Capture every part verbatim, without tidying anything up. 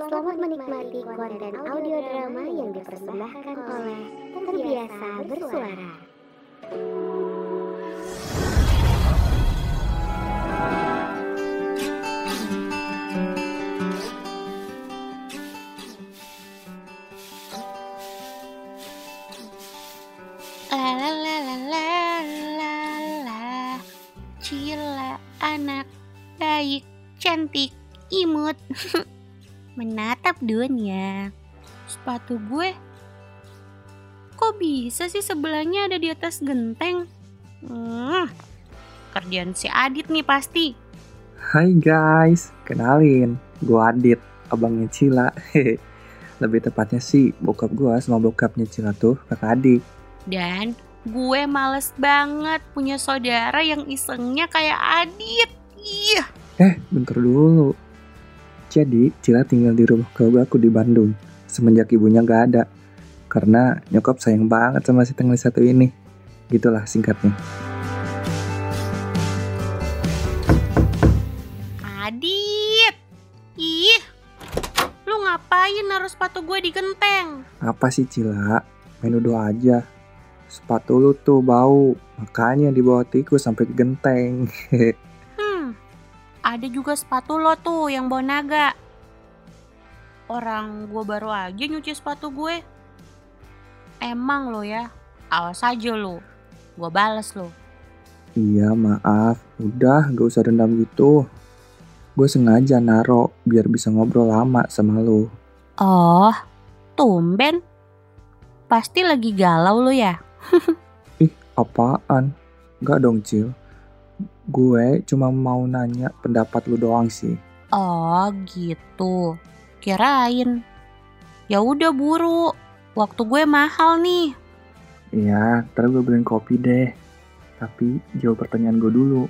Selamat menikmati konten audio drama yang dipersembahkan oleh Terbiasa Bersuara. La la la la la la la. Cila anak baik, cantik, imut. Menatap dunia. Sepatu gue kok bisa sih sebelahnya ada di atas genteng? Hmm, kerjaan si Adit nih pasti. Hai guys, kenalin, gue Adit, abangnya Cila. Lebih tepatnya sih bokap gue sama bokapnya Cila tuh kakak adik. Dan gue males banget punya saudara yang isengnya kayak Adit. Iya. Eh, bentar dulu. Jadi, Cila tinggal di rumah keluarga aku di Bandung semenjak ibunya gak ada. Karena nyokap sayang banget sama si tengil satu ini. Gitulah singkatnya. Adit. Ih. Lu ngapain naruh sepatu gue di genteng? Apa sih Cila? Main udah aja. Sepatu lu tuh bau, makanya dibawa tikus sampai ke genteng. Hmm, ada juga sepatu lo tuh yang bau naga. Orang gue baru aja nyuci sepatu gue. Emang lo ya, awas aja lo, gue bales lo. Iya maaf, udah gak usah dendam gitu. Gue sengaja naro biar bisa ngobrol lama sama lu. Oh, tumben. Pasti lagi galau lo ya? Ih, apaan? Gak dong, Cil. Gue cuma mau nanya pendapat lu doang sih. Oh, gitu. Kirain. Ya udah buru. Waktu gue mahal nih. Iya, ntar gue beliin kopi deh. Tapi jawab pertanyaan gue dulu.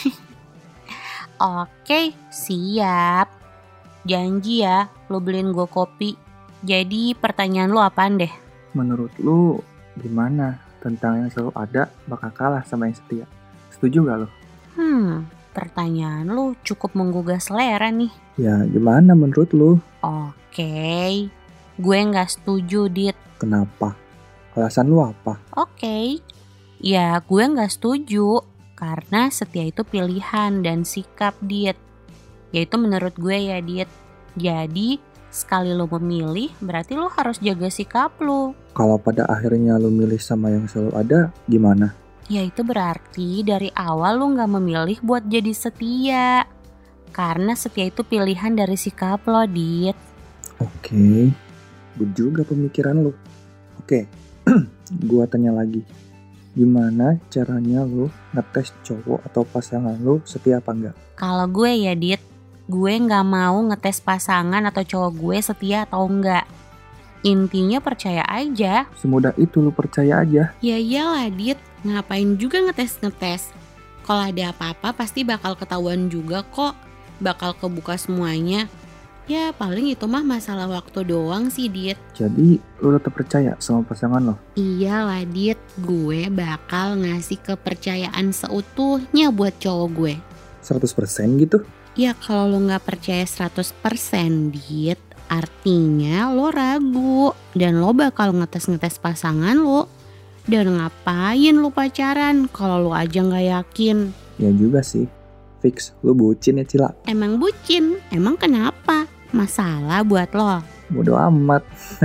Oke, siap. Janji ya, lo beliin gue kopi. Jadi pertanyaan lo apaan deh? Menurut lu gimana tentang yang selalu ada bakal kalah sama yang setia? Setuju gak lo? Hmm, pertanyaan lu cukup menggugah selera nih. Ya gimana menurut lu? Oke, gue gak setuju, Dit. Kenapa? Alasan lu apa? Oke, ya gue gak setuju. Karena setia itu pilihan dan sikap, Dit. Yaitu menurut gue ya, Dit. Jadi, sekali lu memilih, berarti lu harus jaga sikap lu. Kalau pada akhirnya lu milih sama yang selalu ada, gimana? Ya itu berarti dari awal lu gak memilih buat jadi setia. Karena setia itu pilihan dari sikap lo, Dit. Oke, good juga pemikiran lu. Oke, gua tanya lagi. Gimana caranya lu ngetes cowok atau pasangan lu setia apa enggak? Kalau gue ya, Dit, gue gak mau ngetes pasangan atau cowok gue setia atau enggak. Intinya percaya aja. Semudah itu lu percaya aja. Ya iyalah, Dit, ngapain juga ngetes-ngetes. Kalau ada apa-apa pasti bakal ketahuan juga kok. Bakal kebuka semuanya. Ya paling itu mah masalah waktu doang sih, Dit. Jadi lu tetap percaya sama pasangan lo? Iyalah, Dit, gue bakal ngasih kepercayaan seutuhnya buat cowok gue. seratus persen gitu? Ya kalau lo gak percaya seratus persen, Dit, artinya lo ragu. Dan lo bakal ngetes-ngetes pasangan lo. Dan ngapain lo pacaran kalau lo aja gak yakin? Ya juga sih. Fix, lu bucin ya Cila? Emang bucin? Emang kenapa? Masalah buat lo? Bodo amat.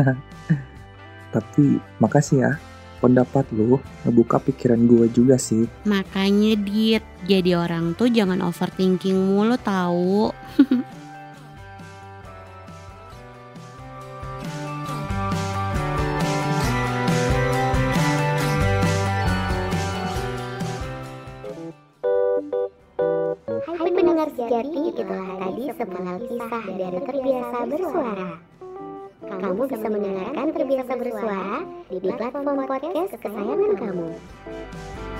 Tapi makasih ya. Pendapat lu ngebuka pikiran gue juga sih. Makanya, Dit, jadi orang tuh jangan overthinking mulu tahu. Hai pendengar sejati, itulah tadi sepenggal kisah dari Terbiasa Bersuara. Kamu bisa mendengarkan Terbiasa Bersuara di platform podcast kesayangan kamu.